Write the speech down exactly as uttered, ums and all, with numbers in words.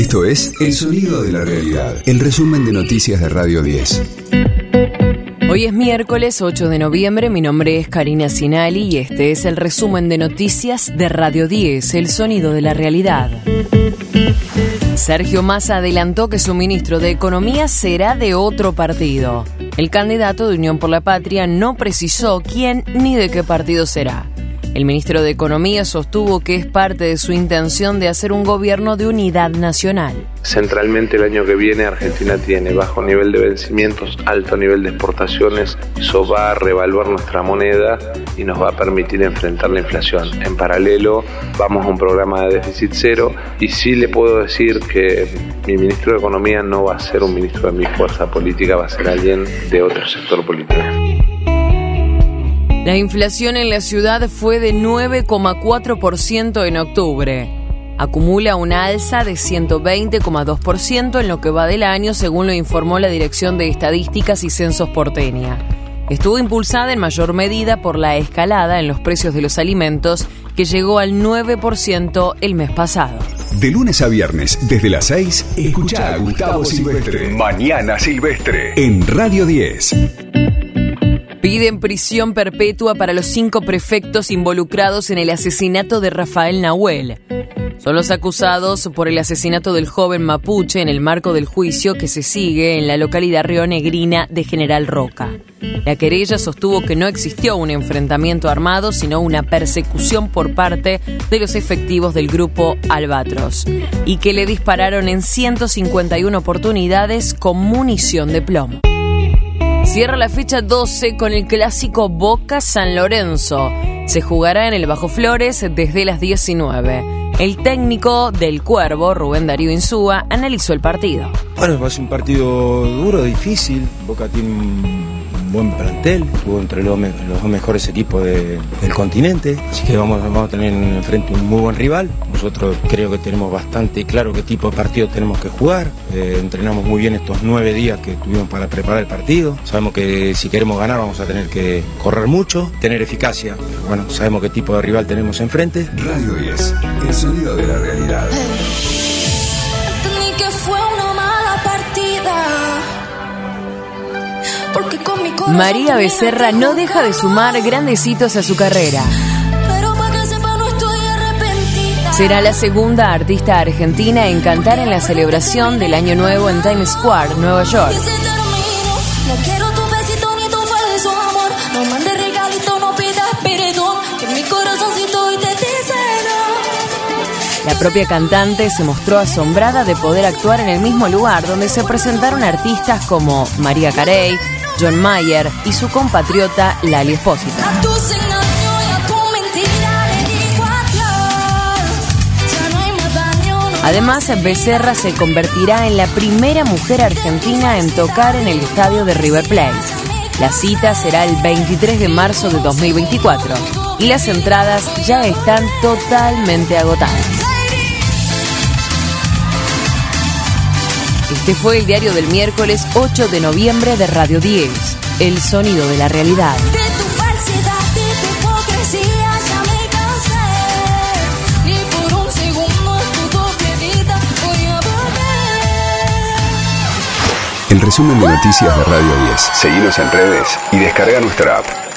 Esto es El Sonido de la Realidad, el resumen de noticias de Radio diez. Hoy es miércoles ocho de noviembre, mi nombre es Karina Sinali y este es el resumen de noticias de Radio diez, El Sonido de la Realidad. Sergio Massa adelantó que su ministro de Economía será de otro partido. El candidato de Unión por la Patria no precisó quién ni de qué partido será. El ministro de Economía sostuvo que es parte de su intención de hacer un gobierno de unidad nacional. Centralmente el año que viene Argentina tiene bajo nivel de vencimientos, alto nivel de exportaciones. Eso va a revaluar nuestra moneda y nos va a permitir enfrentar la inflación. En paralelo vamos a un programa de déficit cero y sí le puedo decir que mi ministro de Economía no va a ser un ministro de mi fuerza política, va a ser alguien de otro sector político. La inflación en la ciudad fue de nueve coma cuatro por ciento en octubre. Acumula una alza de ciento veinte coma dos por ciento en lo que va del año, según lo informó la Dirección de Estadísticas y Censos porteña. Estuvo impulsada en mayor medida por la escalada en los precios de los alimentos, que llegó al nueve por ciento el mes pasado. De lunes a viernes, desde las seis, escuchá a Gustavo Silvestre. Mañana Silvestre, en Radio diez. Piden prisión perpetua para los cinco prefectos involucrados en el asesinato de Rafael Nahuel. Son los acusados por el asesinato del joven mapuche en el marco del juicio que se sigue en la localidad rionegrina de General Roca. La querella sostuvo que no existió un enfrentamiento armado, sino una persecución por parte de los efectivos del grupo Albatros, y que le dispararon en ciento cincuenta y una oportunidades con munición de plomo. Cierra la fecha doce con el clásico Boca-San Lorenzo. Se jugará en el Bajo Flores desde las diecinueve. El técnico del Cuervo, Rubén Darío Insúa, analizó el partido. Bueno, va a ser un partido duro, difícil. Boca tiene un buen plantel, jugó entre los, me- los dos mejores equipos de- del continente, así que vamos, vamos a tener enfrente un muy buen rival. Nosotros creo que tenemos bastante claro qué tipo de partido tenemos que jugar. Eh, entrenamos muy bien estos nueve días que tuvimos para preparar el partido. Sabemos que si queremos ganar vamos a tener que correr mucho, tener eficacia. Bueno, sabemos qué tipo de rival tenemos enfrente. Radio diez, El Sonido de la Realidad. Entendí que fue una mala partida. Porque con mi corazón María Becerra no deja de sumar grandes hitos a su carrera. Pero para que sepa, no estoy arrepentida. Será la segunda artista argentina en cantar en la celebración del Año Nuevo en Times Square, Nueva York. Que se terminó. No quiero tu besito ni tu falso amor. No mandes regalito, no pidas perdón. Que mi corazoncito hoy te dice no. La propia cantante se mostró asombrada de poder actuar en el mismo lugar donde se presentaron artistas como María Carey, John Mayer y su compatriota Lali Espósito. A tus engaños y a tu mentira le digo adiós. Ya no hay más daño, no. Además, Becerra se convertirá en la primera mujer argentina en tocar en el estadio de River Plate. La cita será el veintitrés de marzo de dos mil veinticuatro y las entradas ya están totalmente agotadas. Este fue el diario del miércoles ocho de noviembre de Radio diez, El Sonido de la Realidad. De tu falsedad, de tu hipocresía ya me cansé. Ni por un segundo en tu doble vida voy a volver. El resumen de noticias de Radio diez. Seguinos en redes y descarga nuestra app.